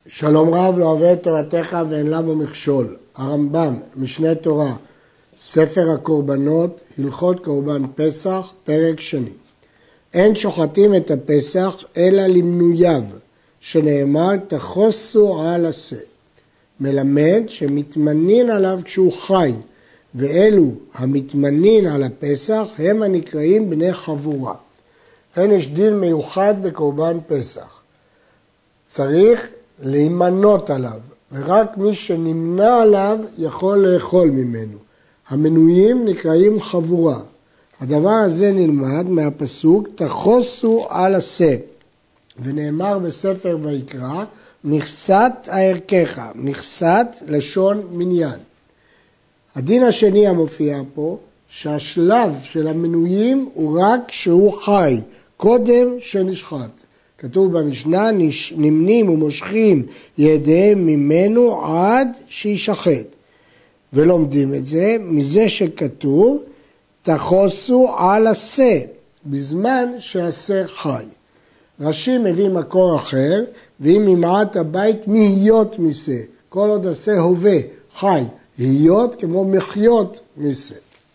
שלום רב לא אוהב את תורתך ואין למו מכשול. הרמב"ם, משנה תורה, ספר הקורבנות, הלכות קורבן פסח, פרק שני. אין שוחטים את הפסח אלא למנוייו, שנאמר תחוסו על עשה. מלמד שמתמנין עליו כשהוא חי, ואלו המתמנין על הפסח הם הנקראים בני חבורה. לכן יש דין מיוחד בקורבן פסח. צריך להימנות עליו, ורק מי שנמנע עליו יכול לאכול ממנו. המנויים נקראים חבורה. הדבר הזה נלמד מהפסוק תחוסו על עשה, ונאמר בספר ויקרא מכסת הערכך, מכסת לשון מניין. הדין השני המופיע פה, שהשלב של המנויים הוא רק שהוא חי, קודם שנשחט. כתוב במשנה, נמנים ומושכים ידיהם ממנו עד שישחט. ולומדים את זה מזה שכתוב, תחוסו על עשה, בזמן שהעשה חי. רש"י מביא מקור אחר, ואם ממעט הבית מהיות משה, כל עוד עשה הווה, חי, להיות כמו מחיות משה.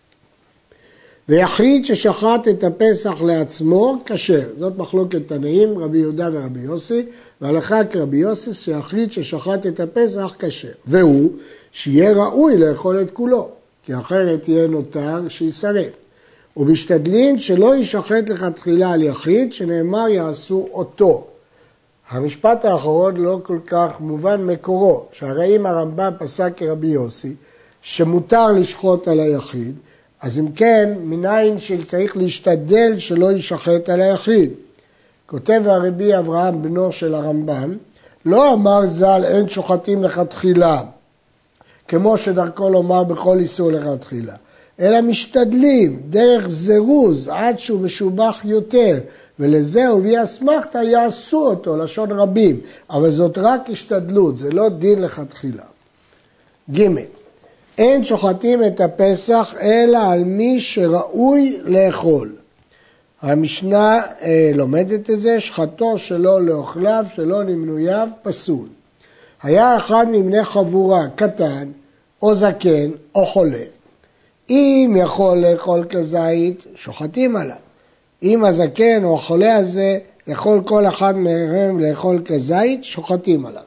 ויחליט ששחט את הפסח לעצמו כשר. זאת מחלוקת תנאים, רבי יהודה ורבי יוסי, והלכה כרבי יוסי שיחליט ששחט את הפסח כשר. והוא שיהיה ראוי לאכול את כולו, כי אחרת יהיה נותר שישרף. ומשתדלין שלא ישחט לכתחילה על יחיד, שנאמר יעשו אותו. המשפט האחרון לא כל כך מובן מקורו, שהרי אם הרמב"ם פסק כרבי יוסי, שמותר לשחוט על היחיד, אז אם כן, מניין שצריך להשתדל שלא ישחט על היחיד. כותב הרבי אברהם בנו של הרמב"ם, לא אמר ז"ל אין שוחטים לכתחילה, כמו שדרכו לומר בכל איסור לכתחילה, אלא משתדלים דרך זירוז עד שהוא משובח יותר, ולזה הוביא אסמכתא יעשו אותו, לשון רבים, אבל זאת רק השתדלות, זה לא דין לכתחילה. ג' אין שוחטים את הפסח אלא על מי שראוי לאכול. המשנה לומדת את זה, שחטו שלא לאוכליו, שלא למנוייו, פסול. היה אחד מבני חבורה, קטן, או זקן, או חולה. אם יכול לאכול כזית, שוחטים עליו. אם הזקן או החולה הזה יכול כל אחד מהם לאכול כזית, שוחטים עליו.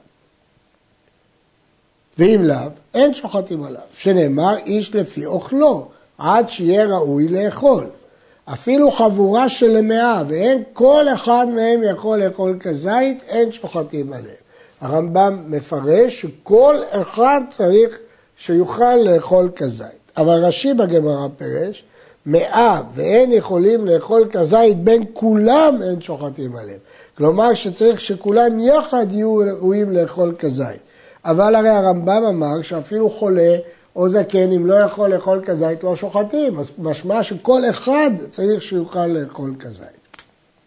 ואם לאו, אין שוחטים עליו, שנאמר איש לפי אוכלו, עד שיהיה ראוי לאכול. אפילו חבורה של 100, ואין כל אחד מהם יכול לאכול כזית, אין שוחטים עליהם. הרמב"ם מפרש שכל אחד צריך שיוכל לאכול כזית. אבל רש"י בגמרא פירש, 100 ואין יכולים לאכול כזית, בין כולם אין שוחטים עליהם. כלומר שצריך שכולם יחד יהיו ראויים לאכול כזית. אבל הרי הרמב"ם אמר שאפילו חולה או זקן, אם לא יכול לאכול כזית, לא שוחטים. אז משמע שכל אחד צריך שיוכל לאכול כזית.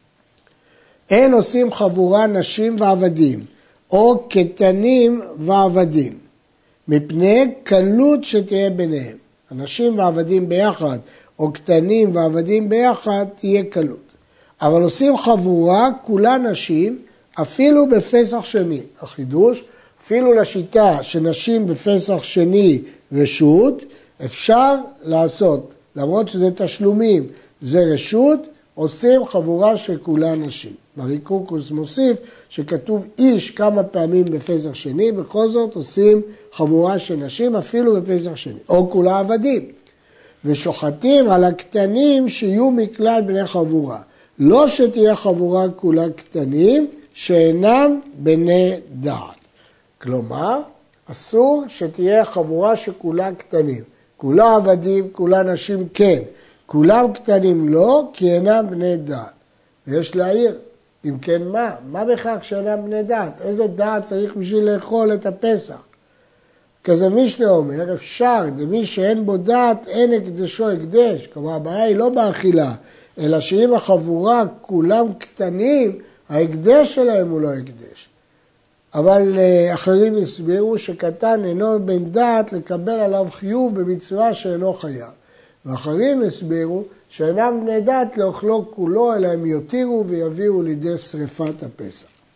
אין עושים חבורה נשים ועבדים, או קטנים ועבדים, מפני קלות שתהיה ביניהם. אנשים ועבדים ביחד, או קטנים ועבדים ביחד, תהיה קלות. אבל עושים חבורה, כולה נשים, אפילו בפסח שני. החידוש, אפילו לשיטה שנשים בפסח שני רשות, אפשר לעשות, למרות שזה תשלומים, זה רשות, עושים חבורה של כולה נשים. מרי קורקוס מוסיף שכתוב איש כמה פעמים בפסח שני, בכל זאת עושים חבורה של נשים אפילו בפסח שני, או כולה עבדים. ושוחטים על הקטנים שיהיו מכלל בני חבורה. לא שתהיה חבורה כולה קטנים שאינם בני דעת. כלומר, אסור שתהיה חבורה שכולה קטנים. כולה עבדים, כולה נשים כן. כולם קטנים לא, כי אינם בני דעת. ויש להעיר, אם כן מה? מה בכך שאינם בני דעת? איזה דעת צריך בשביל לאכול את הפסח? כזה משנה אומר, אפשר, למי שאין בו דעת, אין הקדשו הקדש. כלומר, הבעיה היא לא באכילה, אלא שאם החבורה כולם קטנים, ההקדש שלהם הוא לא הקדש. אבל אחרים הסבירו שקטן אינו בן דעת לקבל עליו חיוב במצווה שאינו חייב. ואחרים הסבירו שאינם בני דעת לאכלו כולו, אלא הם יותירו ויביאו לידי שריפת הפסח.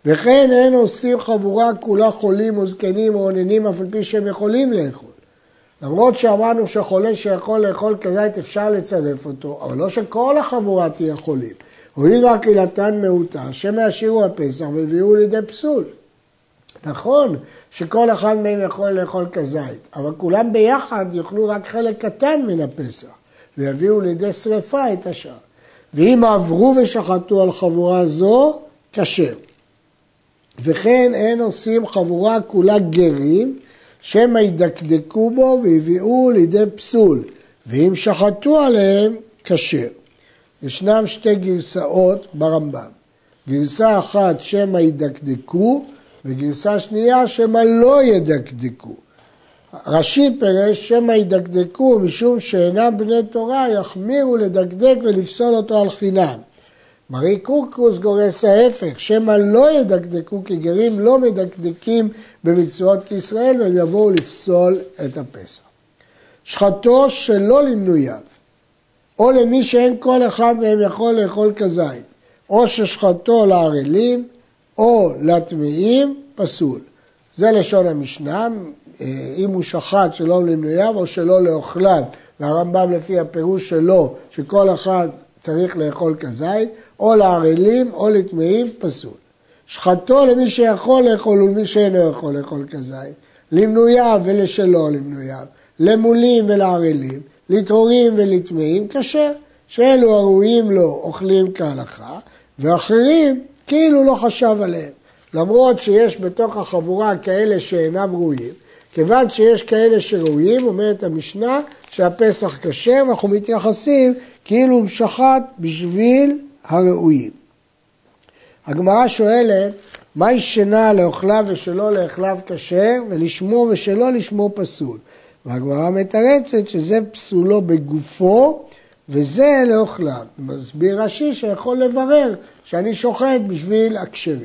וכן אין עושים חבורה כולה חולים או זקנים או עוננים אף על פי שהם יכולים לאכול. למרות שאמרנו שחולה שיכול לאכול כזית אפשר לצרף אותו, אבל לא שכל החבורה תהיה חולים. הואיל ואכילתן מעוטה, שמא ישאירו הפסח והביאו לידי פסול. נכון שכל אחד מהם יכול לאכול כזית, אבל כולם ביחד יאכלו רק חלק קטן מן הפסח, ויביאו לידי שריפה את השאר. ואם עברו ושחטו על חבורה זו, כשר. וכן אין עושים חבורה כולה גרים, שמא ידקדקו בו והביאו לידי פסול, ואם שחטו עליהם, כשר. ישנם שתי גרסאות ברמב"ם. גרסה אחת שמא ידקדקו, וגרסה שנייה שמא לא ידקדקו. רש"י פירש שמא ידקדקו משום שאינם בני תורה יחמירו לדקדק ולפסול אותו על חינם. מרי קורקוס גורס ההפך, שמא לא ידקדקו כי גרים לא מדקדקים במצוות כישראל והם יבואו לפסול את הפסח. שחטו שלא למנוייו, או למי שאין כל אחד מהם יכול לאכול כזית, או ששחטו לערלים או לטמאים, פסול. זה לשון המשנה, אם הוא שחט שלא למנוייו או שלא לאוכליו, והרמב"ם לפי הפירוש שלו, שכל אחד צריך לאכול כזית, או לערלים או לטמאים, פסול. שחטו למי שיכול לאכול ולמי שאינו יכול לאכול כזית, למנוייו ולשלא למנוייו, למולים ולערלים, לטהורים ולטמאים, כשר, שאלו הראויים לו אוכלים כהלכה, ואחרים כאילו לא חשב עליהם. למרות שיש בתוך החבורה כאלה שאינם ראויים, כיוון שיש כאלה שראויים, אומרת המשנה שהפסח כשר, ואנחנו מתייחסים כאילו הוא שחט בשביל הראויים. הגמרא שואלת, מה ישנה לאוכליו ושלא לאכליו כשר, ולשמו ושלא לשמו פסול? והגמרא מתרצת שזה פסולו בגופו, וזה לאוכליו. מסביר רש"י שיכול לברר שאני שוחט בשביל הכשרים.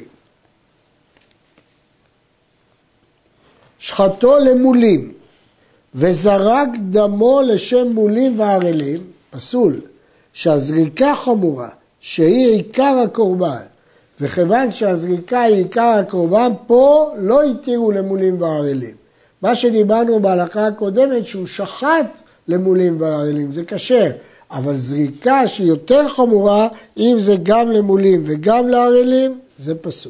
שחטו למולים, וזרק דמו לשם מולים וערלים, פסול, שהזריקה חמורה, שהיא עיקר הקורבן, וכיוון שהזריקה היא עיקר הקורבן, פה לא התירו למולים וערלים. מה שדיברנו בהלכה הקודמת, שהוא שחט למולים וערלים, זה כשר, אבל זריקה שהיא יותר חמורה, אם זה גם למולים וגם לערלים, זה פסול.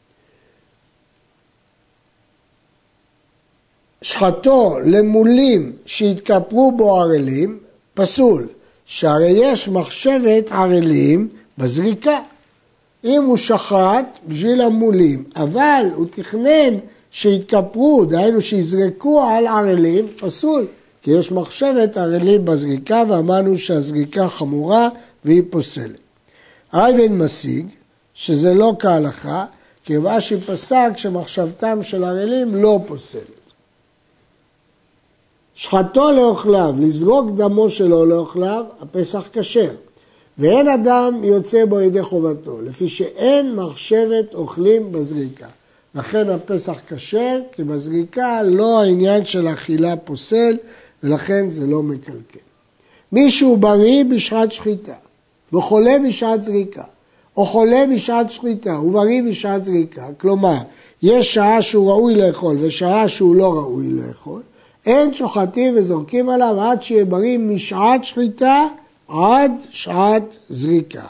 שחטו למולים שהתכפרו בו ערלים, פסול, שהרי יש מחשבת ערלים בזריקה. אם הוא שחט בשביל המולים, אבל הוא תכנן שהתכפרו, דהיינו שיזרקו על ערלים, פסול, כי יש מחשבת ערלים בזריקה, ואמרנו שהזריקה חמורה והיא פוסלת. הרייבד משיג שזה לא כהלכה, כי רש"י פסק שמחשבתם של ערלים לא פוסלת. שחטו לאוכליו, לזרוק דמו שלו לאוכליו, הפסח כשר. ואין אדם יוצא בו ידי חובתו, לפי שאין מחשבת אוכלים בזריקה. לכן הפסח כשר, כי בזריקה לא העניין של אכילה פוסל, ולכן זה לא מקלקל. מישהו בריא בשעת שחיטה, וחולה בשעת זריקה, או חולה בשעת שחיטה, ובריא בשעת זריקה, כלומר, יש שעה שהוא ראוי לאכול, ושעה שהוא לא ראוי לאכול, אין שוחטים וזורקים עליו עד שיהיה בריא משעת שחיטה עד שעת זריקה.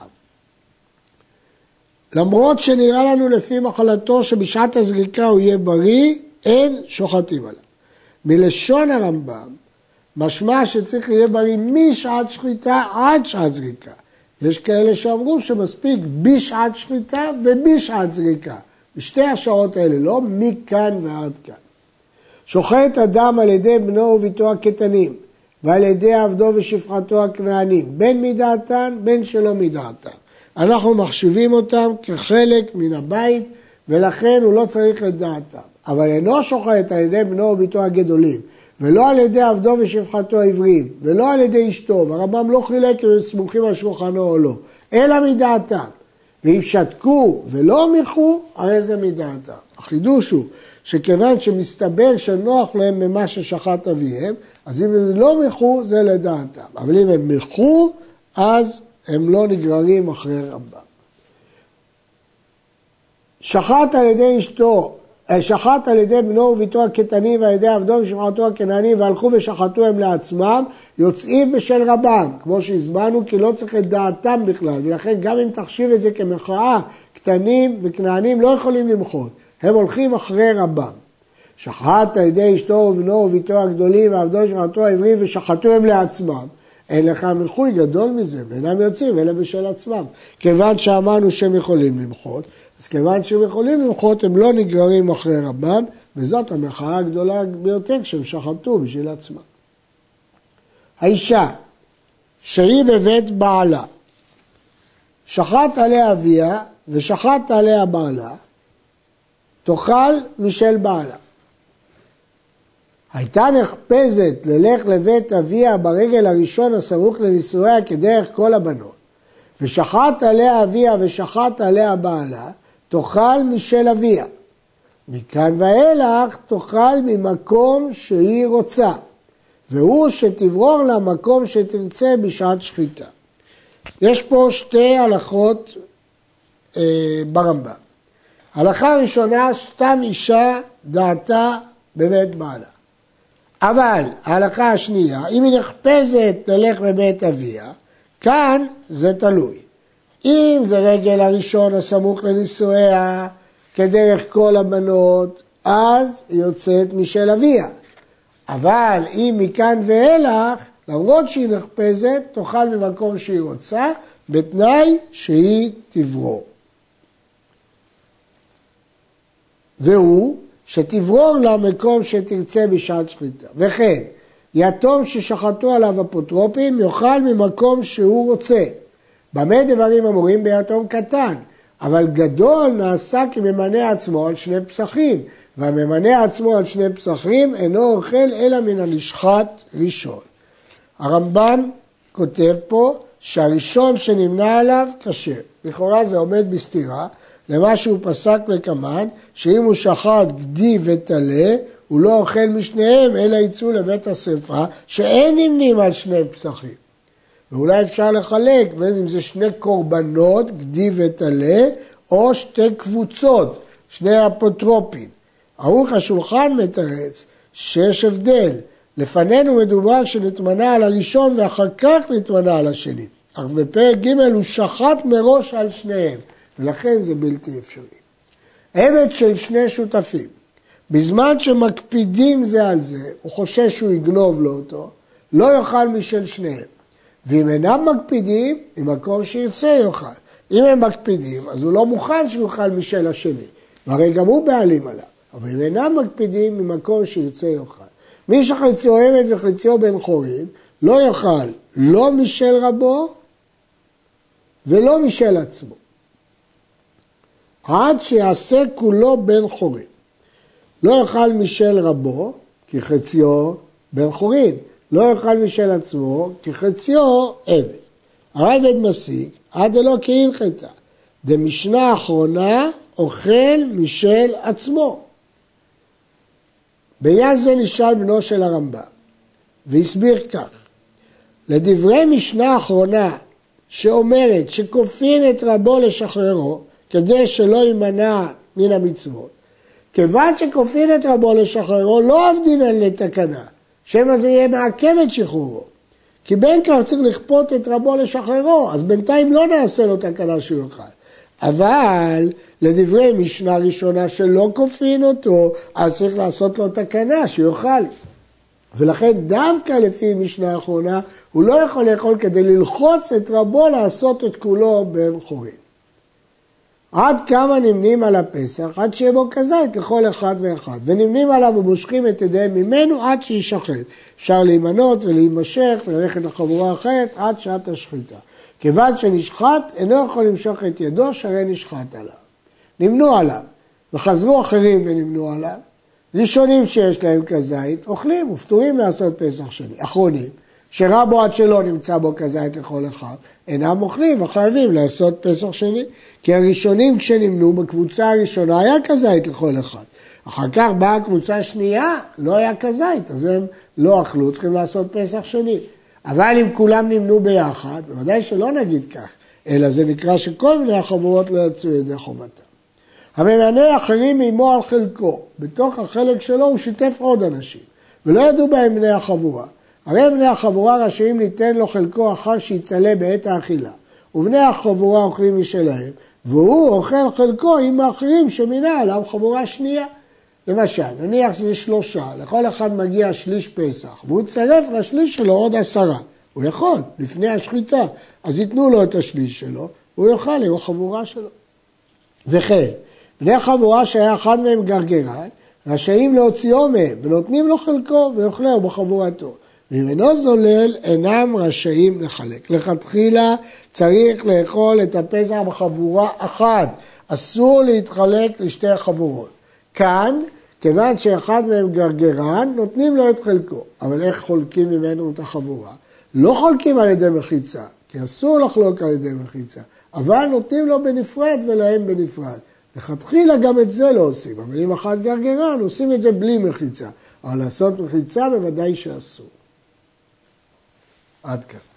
למרות שנראה לנו לפי מחלתו שבשעת הזריקה הוא יהיה בריא, אין שוחטים עליו. מלשון הרמב"ם, משמע שצריך יהיה בריא משעת שחיטה עד שעת זריקה. יש כאלה שאמרו שמספיק בשעת שחיטה ובשעת זריקה. בשתי השעות האלה, לא מכאן ועד כאן. שוחט אדם על ידי בנו וביתו הקטנים, ועל ידי עבדו ושפחתו הכנענים, בין מדעתן, בין שלא מדעתן. אנחנו מחשיבים אותם כחלק מן הבית, ולכן הוא לא צריך את דעתם. אבל אינו שוחט על ידי בנו וביתו הגדולים, ולא על ידי עבדו ושפחתו העבריים, ולא על ידי אשתו, והרמב"ם לא חילק אם הם סמוכים על שולחנו או לא, אלא מדעתם. ואם שתקו ולא מיחו, הרי זה מדעתם. החידוש הוא שכיוון שמסתבר שנוח להם ממה ששחט אביהם, אז אם הם לא מיחו, זה לדעתם. אבל אם הם מיחו, אז הם לא נגררים אחרי רמב"ם. שחט על ידי אשתו, שחט על ידי בנו וביתו הקטנים ועל ידי עבדו ושחטו הכנעני והלכו ושחטו הם לעצמם, יוצאים בשל רבם, כמו שהזמנו, כי לא צריך את דעתם בכלל, ולכן גם אם תחשיב את זה כמחאה, קטנים וכנענים לא יכולים למחות, הם הולכים אחרי רבם. שחט על ידי אשתו ובנו וביתו הגדולים ועבדו ושחטו העברי ושחטו הם לעצמם, אין לך מחוי גדול מזה, ואינם יוצאים אלא בשל עצמם. כיוון שאמרנו שהם יכולים למחות, אז כיוון שהם יכולים למחות, הם לא נגררים אחרי רבם, וזאת המחאה הגדולה ביותר כשהם שחטו בשביל עצמם. האישה, שהיא בבית בעלה, שחט עליה אביה ושחט עליה בעלה, תאכל משל בעלה. הייתה נחפזת ללך לבית אביה ברגל הראשון הסמוך לנישואיה כדרך כל הבנות, ושחט עליה אביה ושחט עליה בעלה, תאכל משל אביה. מכאן ואילך תאכל ממקום שהיא רוצה, והוא שתברור לה מקום שתרצה בשעת שחיטה. יש פה שתי הלכות ברמב"ם. הלכה ראשונה, סתם אישה דעתה בבית בעלה. אבל ההלכה השנייה, אם היא נחפזת ללך בבית אביה, כאן זה תלוי. אם זה רגל הראשון הסמוך לנישואיה, כדרך כל הבנות, אז היא יוצאת משל אביה. אבל אם מכאן ואילך, למרות שהיא נחפזת, תאכל ממקום שהיא רוצה, בתנאי שהיא תברור. והוא שתברור למקום שתרצה בשעת שחיטה. וכן, יתום ששחטו עליו אפוטרופים יאכל ממקום שהוא רוצה. במה דברים אמורים ביתום קטן, אבל גדול נעשה כממנה עצמו על שני פסחים, והממנה עצמו על שני פסחים אינו אוכל אלא מן הנשחט ראשון. הרמב"ם כותב פה שהראשון שנמנה עליו כשר. לכאורה זה עומד בסתירה למה שהוא פסק לקמן, שאם הוא שחט גדי וטלה, הוא לא אוכל משניהם אלא יצאו לבית השרפה, שאין נמנים על שני פסחים. ואולי אפשר לחלק, אם זה שני קורבנות, גדי וטלה, או שתי קבוצות, שני אפוטרופים. ערוך השולחן מתרץ שיש הבדל. לפנינו מדובר שנתמנה על הראשון ואחר כך נתמנה על השני. אך בפרק ג' הוא שחט מראש על שניהם, ולכן זה בלתי אפשרי. עבד של שני שותפים, בזמן שמקפידים זה על זה, הוא חושש שהוא יגנוב לו אותו, לא יאכל משל שניהם. ואם אינם מקפידים, ממקום שירצה יאכל. אם הם מקפידים, אז הוא לא מוכן שיאכל משל השני, והרי גם הוא בעלים עליו. אבל אם אינם מקפידים, ממקום שירצה יאכל. מי שחציו עבד וחציו בן חורין, לא יאכל לא משל רבו ולא משל עצמו. עד שיעשה כולו בן חורין. לא יאכל משל רבו, כי חציו בן חורין. לא יאכל משל עצמו, כי חציו עבד. העבד מסיק, עד אלו כהלכתה. דמשנה האחרונה אוכל משל עצמו. בעניין זה נשאל בנו של הרמב"ם, והסביר כך. לדברי משנה האחרונה, שאומרת שכופין את רבו לשחררו, כדי שלא יימנע מן המצוות, כיוון שכופין את רבו לשחררו, לא עבדין על תקנה, שמא זה יהיה מעכב את שחרורו. כי בין כך צריך לכפות את רבו לשחררו, אז בינתיים לא נעשה לו תקנה שהוא יוכל. אבל לדברי משנה ראשונה שלא כופין אותו, אז צריך לעשות לו תקנה שיוכל. ולכן דווקא לפי משנה האחרונה, הוא לא יכול לאכול כדי ללחוץ את רבו לעשות את כולו בן חורין. עד כמה נמנים על הפסח? עד שיהיה בו כזית לכל אחד ואחד. ונמנים עליו ומושכים את ידיהם ממנו עד שישחט. אפשר להימנות ולהימשך וללכת לחבורה אחרת עד שעת השחיטה. כיוון שנשחט, אינו יכול למשוך את ידו שהרי נשחט עליו. נמנו עליו, וחזרו אחרים ונמנו עליו. ראשונים שיש להם כזית, אוכלים ופטורים לעשות פסח שני. אחרונים, שרבו עד שלא נמצא בו כזית לכל אחד, אינם אוכלים וחייבים לעשות פסח שני. כי הראשונים כשנמנו בקבוצה הראשונה היה כזית לכל אחד. אחר כך באה הקבוצה השנייה, לא היה כזית, אז הם לא אכלו, צריכים לעשות פסח שני. אבל אם כולם נמנו ביחד, בוודאי שלא נגיד כך, אלא זה נקרא שכל מיני החבורות לא יצאו ידי חובתם. הממנה אחרים עמו על חלקו, בתוך החלק שלו הוא שיתף עוד אנשים, ולא ידעו בהם בני החבורה. הרי בני החבורה רשאים ליתן לו חלקו אחר שיצלה בעת האכילה, ובני החבורה אוכלים משלהם, והוא אוכל חלקו עם האחרים שמינה עליו חבורה שנייה. למשל, נניח שזה 3, לכל אחד מגיע שליש פסח, והוא צרף לשליש שלו עוד 10. הוא יכול, לפני השחיטה, אז ייתנו לו את השליש שלו, והוא יאכל עם החבורה שלו. וכן, בני החבורה שהיה אחד מהם גרגרן, רשאים להוציאו מהם, ונותנים לו חלקו, ויאכלהו בחבורתו. ואם אינו זולל, אינם רשאים לחלק. לכתחילה צריך לאכול את הפסח בחבורה אחת. אסור להתחלק לשתי חבורות. כאן, כיוון שאחד מהם גרגרן, נותנים לו את חלקו. אבל איך חולקים ממנו את החבורה? לא חולקים על ידי מחיצה, כי אסור לחלוק על ידי מחיצה. אבל נותנים לו בנפרד ולהם בנפרד. לכתחילה גם את זה לא עושים. אבל אם אחד גרגרן, עושים את זה בלי מחיצה. אבל לעשות מחיצה בוודאי שאסור. עד כאן.